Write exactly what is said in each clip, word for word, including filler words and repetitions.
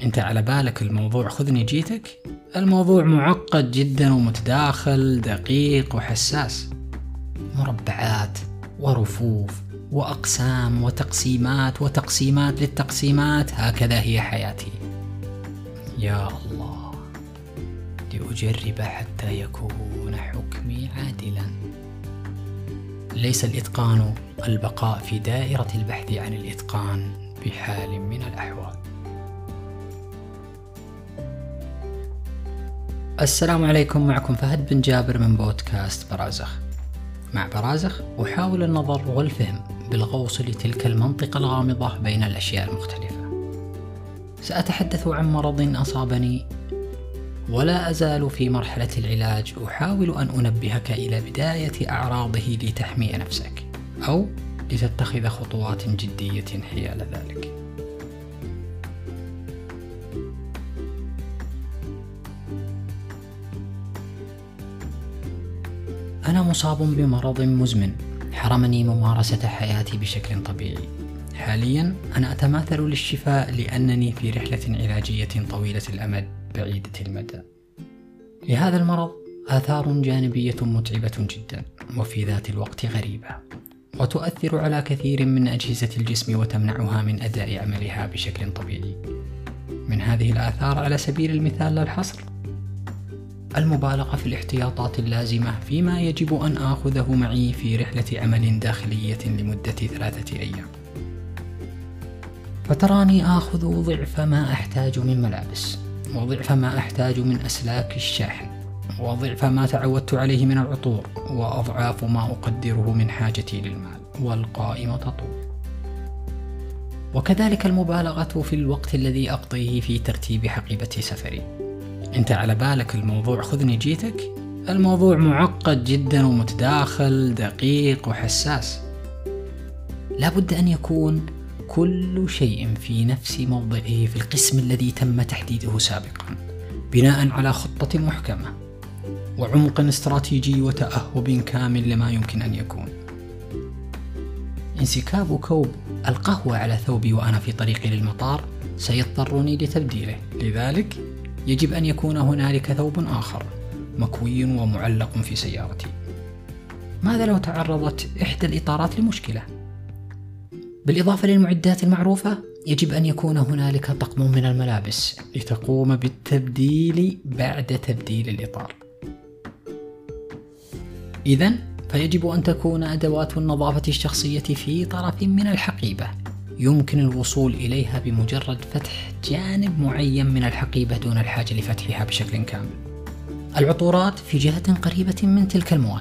انت على بالك الموضوع خذني جيتك؟ الموضوع معقد جدا ومتداخل دقيق وحساس، مربعات ورفوف وأقسام وتقسيمات وتقسيمات للتقسيمات، هكذا هي حياتي. يا الله، لأجرب حتى يكون حكمي عادلا. ليس الإتقان البقاء في دائرة البحث عن الإتقان بحال من الأحوال. السلام عليكم، معكم فهد بن جابر من بودكاست برازخ. مع برازخ أحاول النظر والفهم بالغوص لتلك المنطقة الغامضة بين الأشياء المختلفة. سأتحدث عن مرض أصابني ولا أزال في مرحلة العلاج، أحاول أن أنبهك إلى بداية أعراضه لتحمي نفسك أو لتتخذ خطوات جدية حيال ذلك. أنا مصاب بمرض مزمن حرمني ممارسة حياتي بشكل طبيعي. حاليا أنا أتماثل للشفاء لأنني في رحلة علاجية طويلة الأمد بعيدة المدى. لهذا المرض آثار جانبية متعبة جدا وفي ذات الوقت غريبة، وتؤثر على كثير من أجهزة الجسم وتمنعها من أداء عملها بشكل طبيعي. من هذه الآثار على سبيل المثال لا الحصر المبالغة في الاحتياطات اللازمة فيما يجب أن آخذه معي في رحلة عمل داخلية لمدة ثلاثة أيام. فتراني آخذ ضعف ما أحتاج من ملابس، وضعف ما أحتاج من أسلاك الشاحن، وضعف ما تعودت عليه من العطور، وأضعاف ما أقدره من حاجتي للمال، والقائمة تطول. وكذلك المبالغة في الوقت الذي أقضيه في ترتيب حقيبة سفري. انت على بالك الموضوع خذني جيتك؟ الموضوع معقد جدا ومتداخل دقيق وحساس. لا بد أن يكون كل شيء في نفس موضعه في القسم الذي تم تحديده سابقا، بناء على خطة محكمة وعمق استراتيجي وتأهب كامل لما يمكن أن يكون. انسكاب كوب القهوة على ثوبي وأنا في طريقي للمطار سيضطرني لتبديله، لذلك يجب أن يكون هنالك ثوب آخر مكوي ومعلق في سيارتي. ماذا لو تعرضت إحدى الإطارات لمشكلة؟ بالإضافة للمعدات المعروفة يجب أن يكون هنالك طقم من الملابس لتقوم بالتبديل بعد تبديل الإطار. إذن فيجب أن تكون أدوات النظافة الشخصية في طرف من الحقيبة يمكن الوصول إليها بمجرد فتح جانب معين من الحقيبة دون الحاجة لفتحها بشكل كامل. العطورات في جهة قريبة من تلك المواد.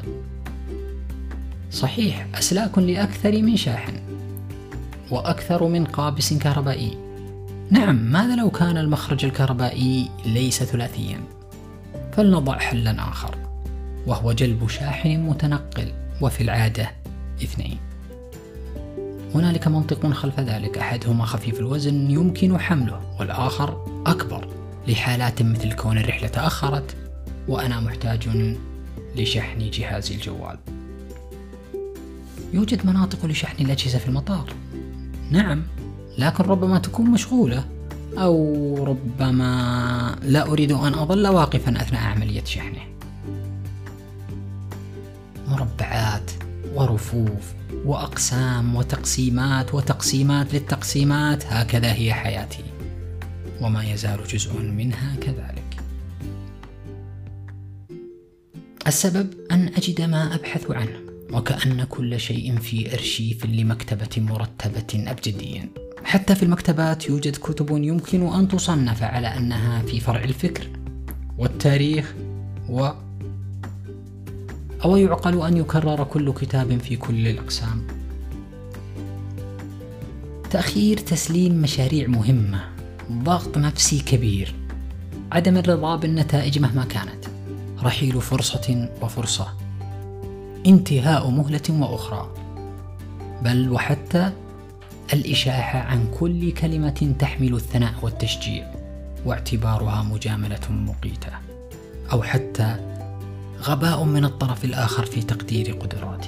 صحيح، أسلاك لأكثر من شاحن وأكثر من قابس كهربائي. نعم، ماذا لو كان المخرج الكهربائي ليس ثلاثيا؟ فلنضع حلا آخر، وهو جلب شاحن متنقل، وفي العادة اثنين. هنالك منطق خلف ذلك، أحدهما خفيف الوزن يمكن حمله، والآخر أكبر لحالات مثل كون الرحلة تأخرت وأنا محتاج لشحن جهازي الجوال. يوجد مناطق لشحن الأجهزة في المطار، نعم، لكن ربما تكون مشغولة، أو ربما لا أريد أن أظل واقفا أثناء عملية شحنه. مربعات ورفوف وأقسام وتقسيمات وتقسيمات للتقسيمات، هكذا هي حياتي، وما يزال جزء منها كذلك. السبب أن أجد ما أبحث عنه، وكأن كل شيء في أرشيف لمكتبة مرتبة أبجديا. حتى في المكتبات يوجد كتب يمكن أن تصنف على أنها في فرع الفكر والتاريخ و أو يعقل أن يكرر كل كتاب في كل الأقسام. تأخير تسليم مشاريع مهمة، ضغط نفسي كبير، عدم الرضا بالنتائج مهما كانت، رحيل فرصة وفرصة، انتهاء مهلة وأخرى، بل وحتى الإشاحة عن كل كلمة تحمل الثناء والتشجيع واعتبارها مجاملة مقيتة، أو حتى غباء من الطرف الآخر في تقدير قدراتي.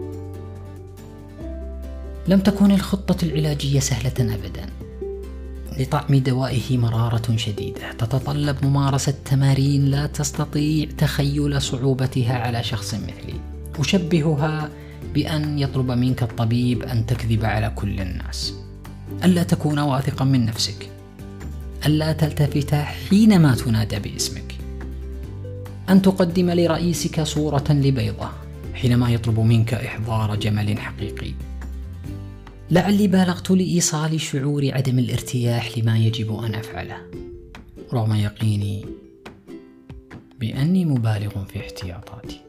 لم تكن الخطة العلاجية سهلة أبدا، لطعم دوائه مرارة شديدة تتطلب ممارسة تمارين لا تستطيع تخيل صعوبتها على شخص مثلي. أشبهها بأن يطلب منك الطبيب أن تكذب على كل الناس، ألا تكون واثقا من نفسك، ألا تلتفت حينما تنادى باسمك، أن تقدم لرئيسك صورة لبيضة حينما يطلب منك إحضار جمل حقيقي. لعلي بالغت لإيصال شعور عدم الارتياح لما يجب أن أفعله، رغم يقيني بأني مبالغ في احتياطاتي.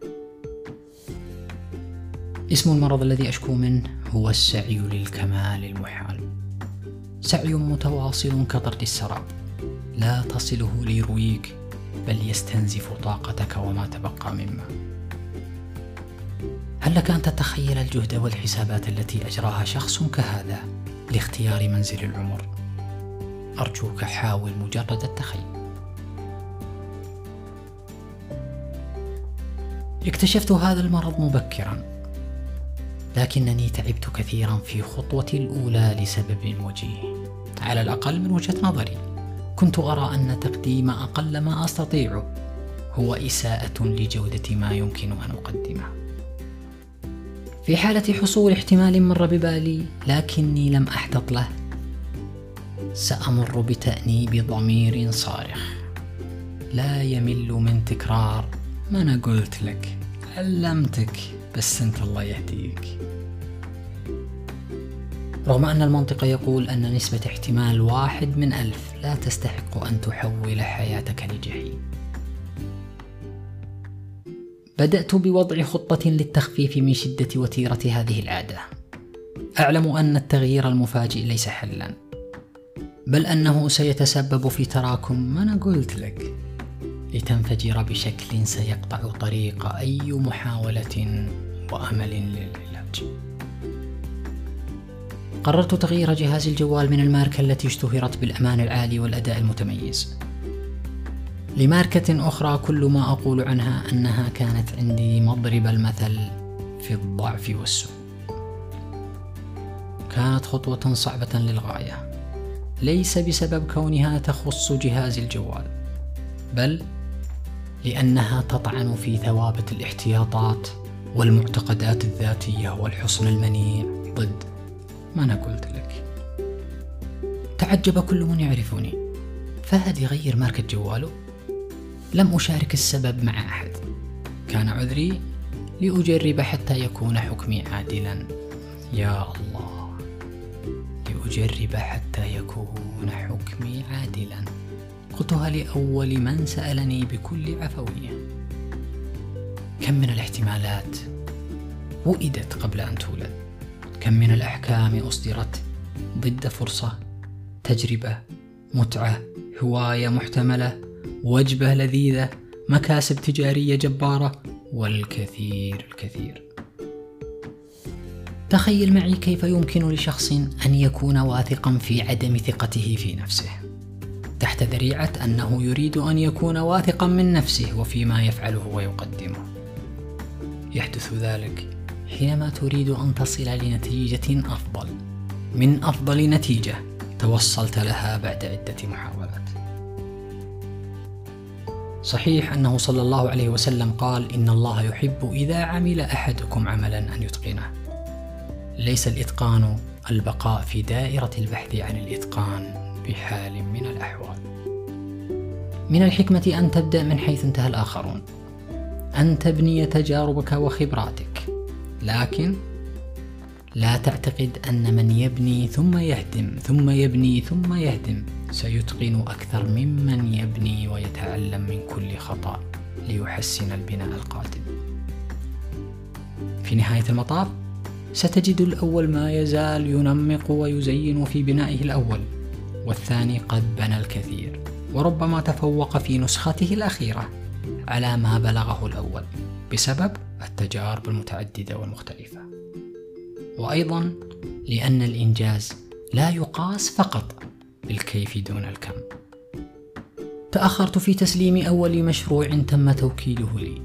اسم المرض الذي أشكو منه هو السعي للكمال المحال، سعي متواصل كطرد السراب لا تصله ليرويك، بل يستنزف طاقتك وما تبقى مما. هل لك أن تتخيل الجهد والحسابات التي أجراها شخص كهذا لاختيار منزل العمر؟ أرجوك حاول مجرد التخيل. اكتشفت هذا المرض مبكرا، لكنني تعبت كثيرا في خطوتي الأولى لسبب وجيه. على الأقل من وجهة نظري كنت أرى أن تقديم أقل ما أستطيعه هو إساءة لجودة ما يمكن أن أقدمه. في حالة حصول احتمال مر ببالي لكني لم أحتط له، سأمر بتأنيب ضمير صارخ لا يمل من تكرار ما أنا قلت لك، علمتك، بس أنت الله يهديك. رغم أن المنطق يقول أن نسبة احتمال واحد من ألف لا تستحق أن تحول حياتك لجحيم. بدأت بوضع خطة للتخفيف من شدة وتيرة هذه العادة. أعلم أن التغيير المفاجئ ليس حلا، بل أنه سيتسبب في تراكم ما أنا قلت لك، لتنفجر بشكل سيقطع طريق أي محاولة وأمل للعلاج. قررت تغيير جهاز الجوال من الماركة التي اشتهرت بالأمان العالي والأداء المتميز لماركة أخرى كل ما أقول عنها أنها كانت عندي مضرب المثل في الضعف والسوء. كانت خطوة صعبة للغاية، ليس بسبب كونها تخص جهاز الجوال، بل لأنها تطعن في ثوابت الاحتياطات والمعتقدات الذاتية والحصن المنيع ضد ما أنا قلت لك. تعجب كل من يعرفني، فهد يغير ماركة جواله؟ لم أشارك السبب مع أحد، كان عذري لأجرب حتى يكون حكمي عادلا. يا الله، لأجرب حتى يكون حكمي عادلا، قلتها لأول من سألني بكل عفوية. كم من الاحتمالات وئدت قبل أن تولد، كم من الأحكام أصدرت ضد فرصة، تجربة، متعة، هواية محتملة، وجبة لذيذة، مكاسب تجارية جبارة، والكثير الكثير. تخيل معي كيف يمكن لشخص أن يكون واثقا في عدم ثقته في نفسه تحت ذريعة أنه يريد أن يكون واثقا من نفسه وفيما يفعله ويقدمه. يحدث ذلك حينما تريد أن تصل لنتيجة أفضل من أفضل نتيجة توصلت لها بعد عدة محاولات. صحيح أنه صلى الله عليه وسلم قال: إن الله يحب إذا عمل أحدكم عملا أن يتقنه. ليس الإتقان البقاء في دائرة البحث عن الإتقان بحال من الأحوال. من الحكمة أن تبدأ من حيث انتهى الآخرون، أن تبني تجاربك وخبراتك، لكن لا تعتقد أن من يبني ثم يهدم ثم يبني ثم يهدم سيتقن أكثر ممن يبني ويتعلم من كل خطأ ليحسن البناء القادم. في نهاية المطاف ستجد الأول ما يزال ينمق ويزين في بنائه الأول، والثاني قد بنى الكثير وربما تفوق في نسخته الأخيرة على ما بلغه الأول بسبب التجارب المتعددة والمختلفة. وأيضا لأن الإنجاز لا يقاس فقط بالكيف دون الكم. تأخرت في تسليم أول مشروع تم توكيله لي.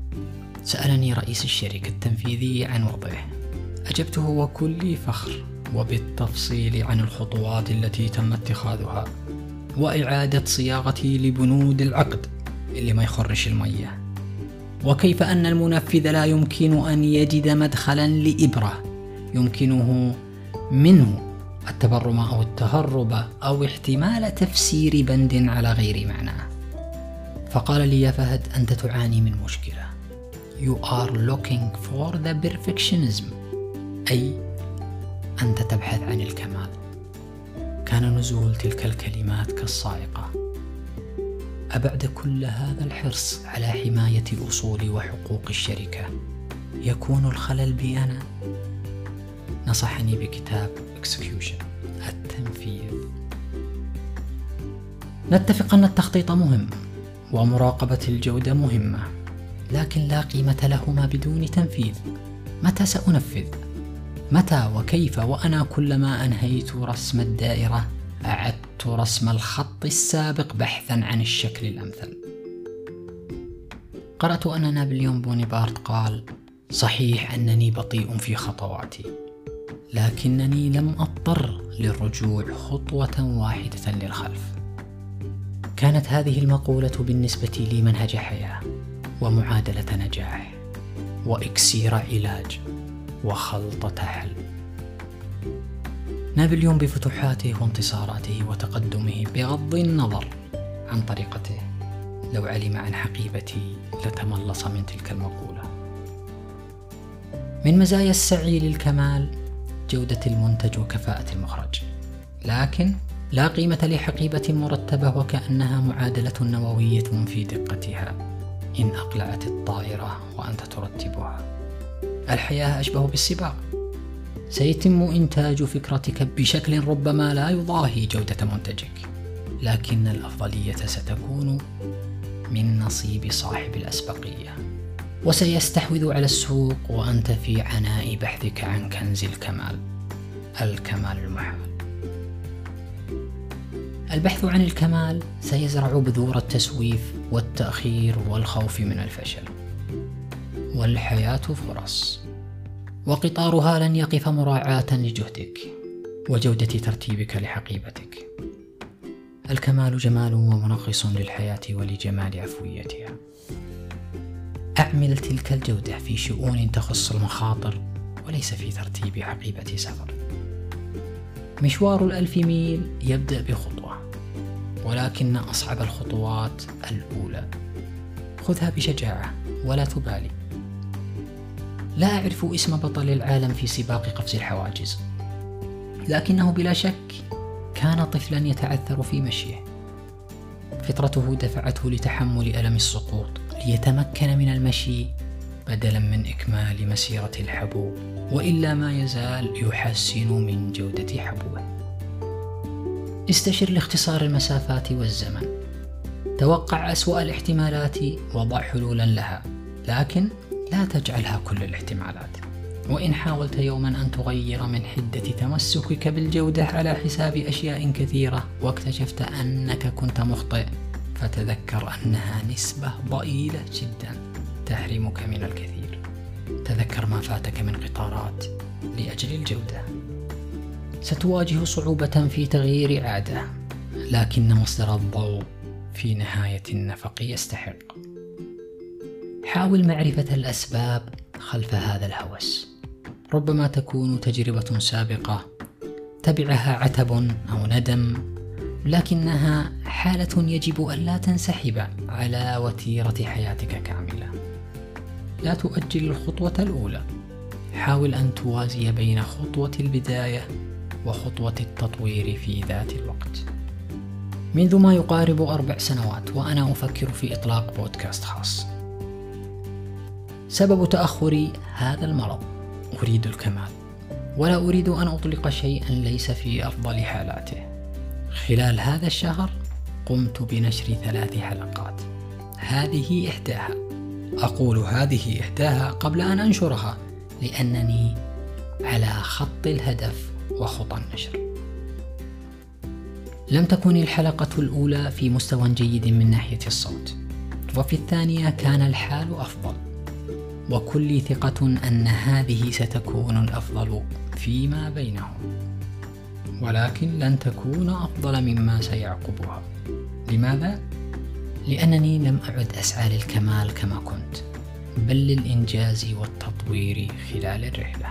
سألني رئيس الشركة التنفيذية عن وضعه، أجبته وكلي فخر وبالتفصيل عن الخطوات التي تم اتخاذها، وإعادة صياغتي لبنود العقد اللي ما يخرش المية، وكيف أن المنفذ لا يمكن أن يجد مدخلا لإبرة يمكنه منه التبرم أو التهرب أو احتمال تفسير بند على غير معناه. فقال لي: يا فهد، أنت تعاني من مشكلة. You are looking for the perfectionism، أي أنت تبحث عن الكمال. كان نزول تلك الكلمات كالصاعقة. أبعد كل هذا الحرص على حماية أصول وحقوق الشركة يكون الخلل بي أنا؟ نصحني بكتاب Execution، التنفيذ. نتفق أن التخطيط مهم ومراقبة الجودة مهمة، لكن لا قيمة لهما بدون تنفيذ. متى سأنفذ؟ متى وكيف وأنا كلما أنهيت رسم الدائرة أعدت رسم الخط السابق بحثا عن الشكل الأمثل؟ قرأت أن نابليون بونابرت قال: صحيح أنني بطيء في خطواتي، لكنني لم أضطر للرجوع خطوة واحدة للخلف. كانت هذه المقولة بالنسبة لي منهج حياة ومعادلة نجاح وإكسير علاج وخلطة حل. نابليون بفتوحاته وانتصاراته وتقدمه بغض النظر عن طريقته لو علم عن حقيبتي لتملص من تلك المقولة. من مزايا السعي للكمال جودة المنتج وكفاءة المخرج، لكن لا قيمة لحقيبة مرتبة وكأنها معادلة نووية في دقتها إن أقلعت الطائرة وأنت ترتبها. الحياة أشبه بالسباق، سيتم إنتاج فكرتك بشكل ربما لا يضاهي جودة منتجك، لكن الأفضلية ستكون من نصيب صاحب الأسبقية، وسيستحوذ على السوق وأنت في عناء بحثك عن كنز الكمال، الكمال المحال. البحث عن الكمال سيزرع بذور التسويف والتأخير والخوف من الفشل. والحياة فرص، وقطارها لن يقف مراعاة لجهدك وجودة ترتيبك لحقيبتك. الكمال جمال ومنغص للحياة ولجمال عفويتها. أعمل تلك الجودة في شؤون تخص المخاطر وليس في ترتيب حقيبة سفر. مشوار الألف ميل يبدأ بخطوة، ولكن أصعب الخطوات الأولى. خذها بشجاعة ولا تبالي. لا أعرف اسم بطل العالم في سباق قفز الحواجز، لكنه بلا شك كان طفلا يتعثر في مشيه. فطرته دفعته لتحمل ألم السقوط ليتمكن من المشي بدلا من إكمال مسيرة الحبوب، وإلا ما يزال يحسن من جودة حبوه. استشر لاختصار المسافات والزمن. توقع أسوأ الاحتمالات وضع حلولا لها، لكن لا تجعلها كل الاحتمالات. وإن حاولت يوما أن تغير من حدة تمسكك بالجودة على حساب أشياء كثيرة واكتشفت أنك كنت مخطئ، فتذكر أنها نسبة ضئيلة جدا تحرمك من الكثير. تذكر ما فاتك من قطارات لأجل الجودة. ستواجه صعوبة في تغيير عادة، لكن مصدر الضوء في نهاية النفق يستحق. حاول معرفة الأسباب خلف هذا الهوس. ربما تكون تجربة سابقة تبعها عتب أو ندم، لكنها حالة يجب أن لا تنسحب على وتيرة حياتك كاملة. لا تؤجل الخطوة الأولى. حاول أن توازي بين خطوة البداية وخطوة التطوير في ذات الوقت. منذ ما يقارب أربع سنوات وأنا أفكر في إطلاق بودكاست خاص. سبب تأخري هذا المرض. أريد الكمال، ولا أريد أن أطلق شيئا ليس في أفضل حالاته. خلال هذا الشهر قمت بنشر ثلاث حلقات، هذه إحداها. أقول هذه إحداها قبل أن أنشرها لأنني على خط الهدف وخطى النشر. لم تكن الحلقة الأولى في مستوى جيد من ناحية الصوت، وفي الثانية كان الحال أفضل، وكن لي ثقة أن هذه ستكون الأفضل فيما بينهم، ولكن لن تكون أفضل مما سيعقبها. لماذا؟ لأنني لم أعد أسعى للكمال كما كنت، بل للإنجاز والتطوير خلال الرحلة.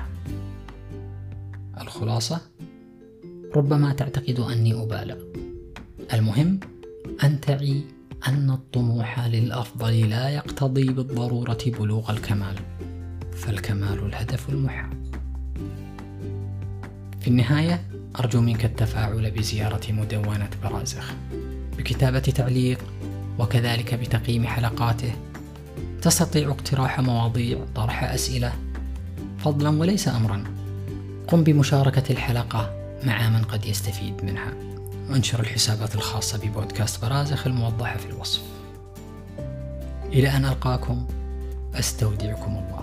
الخلاصة: ربما تعتقد أني أبالغ، المهم أن تعي أن الطموح للأفضل لا يقتضي بالضرورة بلوغ الكمال، فالكمال الهدف المحقق. في النهاية أرجو منك التفاعل بزيارة مدونة برازخ، بكتابة تعليق، وكذلك بتقييم حلقاته. تستطيع اقتراح مواضيع، طرح أسئلة، فضلا وليس أمرا. قم بمشاركة الحلقة مع من قد يستفيد منها، وانشر الحسابات الخاصة ببودكاست برازخ الموضحة في الوصف. إلى أن ألقاكم، أستودعكم الله.